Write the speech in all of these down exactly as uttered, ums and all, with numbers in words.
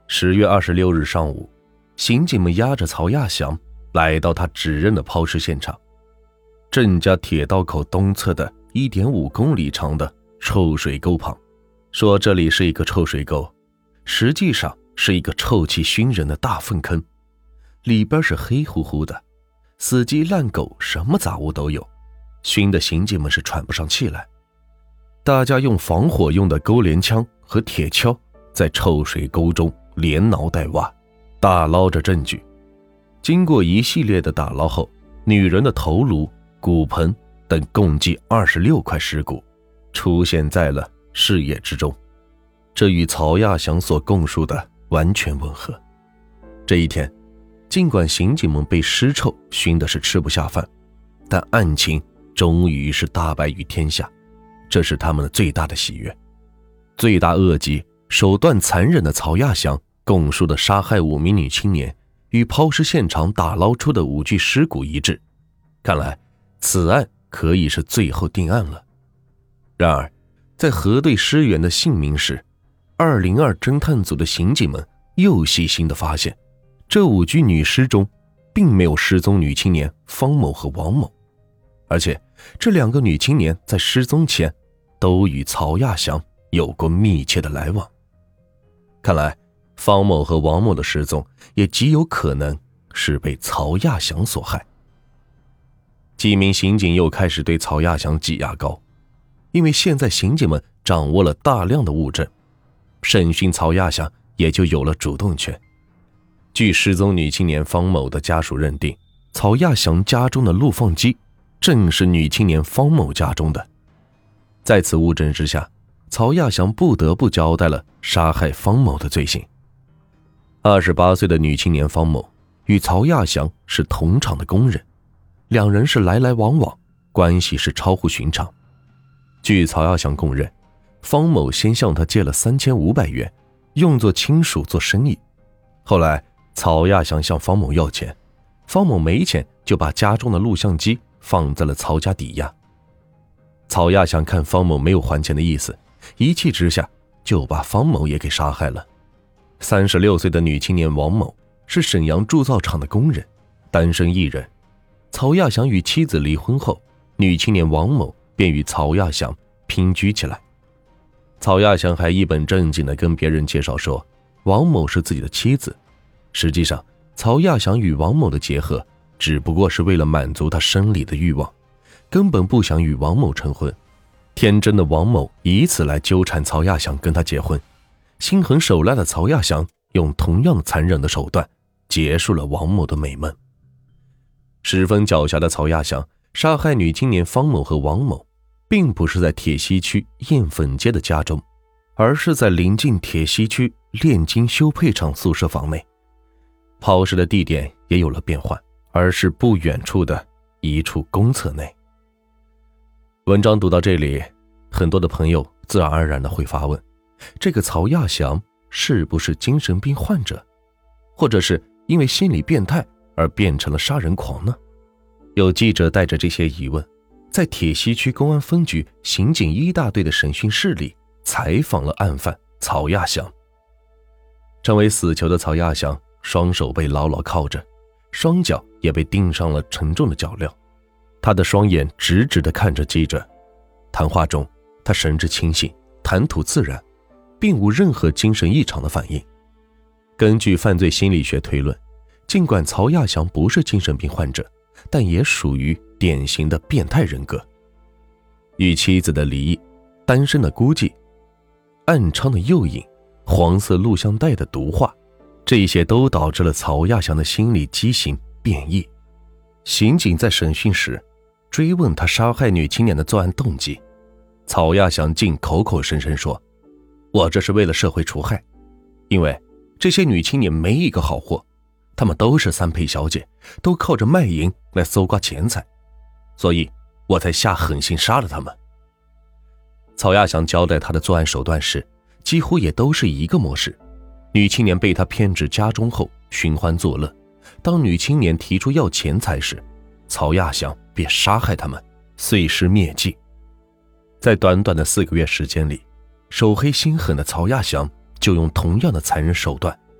十月二十六日上午，刑警们押着曹亚祥来到他指认的抛尸现场，郑家铁道口东侧的 一点五公里长的臭水沟旁。说这里是一个臭水沟，实际上是一个臭气熏人的大粪坑，里边是黑乎乎的，死鸡烂狗什么杂物都有，熏得刑警们是喘不上气来。大家用防火用的钩镰枪和铁锹在臭水沟中连挠带挖，打捞着证据。经过一系列的打捞后，女人的头颅、骨盆等共计二十六块尸骨出现在了视野之中，这与曹亚祥所供述的完全吻合。这一天，尽管刑警们被尸臭熏的是吃不下饭，但案情终于是大白于天下，这是他们的最大的喜悦。罪大恶极、手段残忍的曹亚祥供述的杀害五名女青年与抛尸现场打捞出的五具尸骨一致，看来此案可以是最后定案了。然而在核对尸源的姓名时，二零二侦探组的刑警们又细心地发现，这五具女尸中并没有失踪女青年方某和王某，而且这两个女青年在失踪前都与曹亚祥有过密切的来往。看来方某和王某的失踪也极有可能是被曹亚祥所害。几名刑警又开始对曹亚祥挤牙膏，因为现在刑警们掌握了大量的物证，审讯曹亚祥也就有了主动权。据失踪女青年方某的家属认定，曹亚祥家中的录放机正是女青年方某家中的。在此物证之下，曹亚祥不得不交代了杀害方某的罪行。二十八岁的女青年方某与曹亚祥是同厂的工人，两人是来来往往，关系是超乎寻常。据曹亚祥供认，方某先向他借了三千五百元，用作亲属做生意。后来曹亚祥向方某要钱，方某没钱，就把家中的录像机放在了曹家抵押。曹亚祥看方某没有还钱的意思，一气之下就把方某也给杀害了。三十六岁的女青年王某是沈阳铸造厂的工人，单身一人。曹亚祥与妻子离婚后，女青年王某便与曹亚祥姘居起来。曹亚祥还一本正经地跟别人介绍说，王某是自己的妻子。实际上，曹亚祥与王某的结合只不过是为了满足他生理的欲望，根本不想与王某成婚。天真的王某以此来纠缠曹亚祥跟他结婚，心狠手辣的曹亚祥用同样残忍的手段结束了王某的美梦。十分狡黠的曹亚祥杀害女青年方某和王某，并不是在铁西区燕粉街的家中，而是在临近铁西区炼金修配厂宿舍房内。抛尸的地点也有了变换，而是不远处的一处公厕内。文章读到这里，很多的朋友自然而然的会发问，这个曹亚祥是不是精神病患者，或者是因为心理变态而变成了杀人狂呢？有记者带着这些疑问，在铁西区公安分局刑警一大队的审讯室里采访了案犯曹亚祥。成为死囚的曹亚祥双手被牢牢铐着，双脚也被钉上了沉重的脚镣，他的双眼直直地看着记者。谈话中，他神志清醒，谈吐自然，并无任何精神异常的反应。根据犯罪心理学推论，尽管曹亚祥不是精神病患者，但也属于典型的变态人格。与妻子的离异、单身的孤寂、暗娼的诱引、黄色录像带的毒化，这些都导致了曹亚祥的心理畸形变异。刑警在审讯时追问他杀害女青年的作案动机，曹亚祥竟口口声声说，我这是为了社会除害，因为这些女青年没一个好货，她们都是三陪小姐，都靠着卖淫来搜刮钱财，所以我才下狠心杀了她们。曹亚祥交代他的作案手段时，几乎也都是一个模式。女青年被他骗至家中后寻欢作乐，当女青年提出要钱财时，曹亚祥便杀害他们，碎尸灭迹。在短短的四个月时间里，手黑心狠的曹亚祥就用同样的残忍手段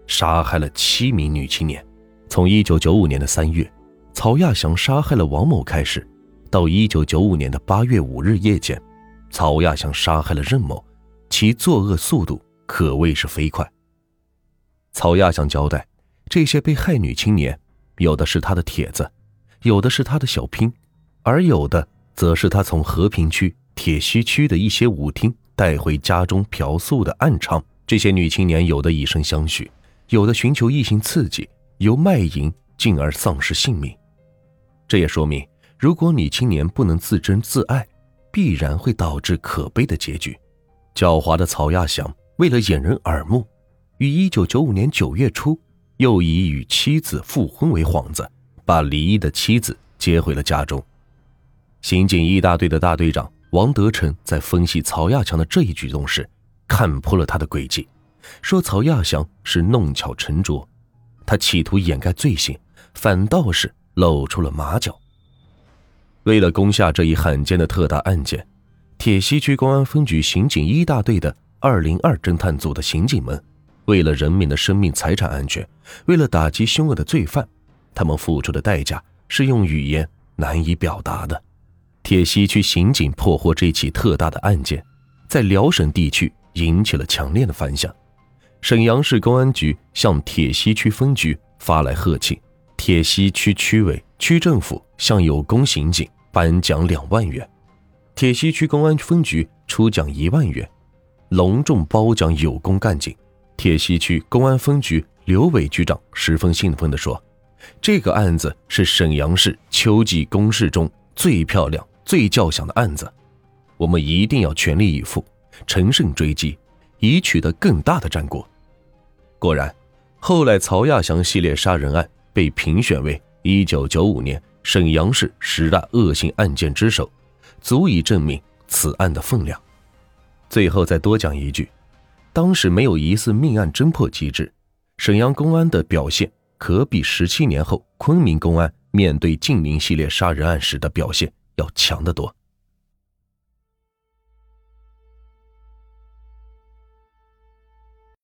杀害了七名女青年。从一九九五年的三月，曹亚祥杀害了王某开始，到一九九五年的八月五日夜间，曹亚祥杀害了任某，其作恶速度可谓是飞快。曹亚祥交代，这些被害女青年，有的是他的帖子，有的是他的小拼，而有的则是他从和平区、铁西区的一些舞厅带回家中嫖宿的暗娼。这些女青年有的以身相许，有的寻求异性刺激，由卖淫进而丧失性命。这也说明，如果女青年不能自珍自爱，必然会导致可悲的结局。狡猾的曹亚祥为了掩人耳目，于一九九五年九月初又以与妻子复婚为幌子，把离异的妻子接回了家中。刑警一大队的大队长王德成在分析曹亚祥的这一举动时，看破了他的诡计，说曹亚祥是弄巧成拙，他企图掩盖罪行，反倒是露出了马脚。为了攻下这一罕见的特大案件，铁西区公安分局刑警一大队的二零二侦探组的刑警们，为了人民的生命财产安全，为了打击凶恶的罪犯，他们付出的代价是用语言难以表达的。铁西区刑警破获这起特大的案件，在辽沈地区引起了强烈的反响。沈阳市公安局向铁西区分局发来贺信，铁西区区委、区政府向有功刑警颁奖两万元，铁西区公安分局出奖一万元，隆重褒奖有功干警。铁西区公安分局刘伟局长十分兴奋地说，这个案子是沈阳市秋季公示中最漂亮、最叫响的案子，我们一定要全力以赴，乘胜追击，以取得更大的战果。果然，后来曹亚祥系列杀人案被评选为一九九五年沈阳市十大恶性案件之首，足以证明此案的分量。最后再多讲一句，当时没有疑似命案侦破机制，沈阳公安的表现可比十七年后昆明公安面对晋宁系列杀人案时的表现要强得多。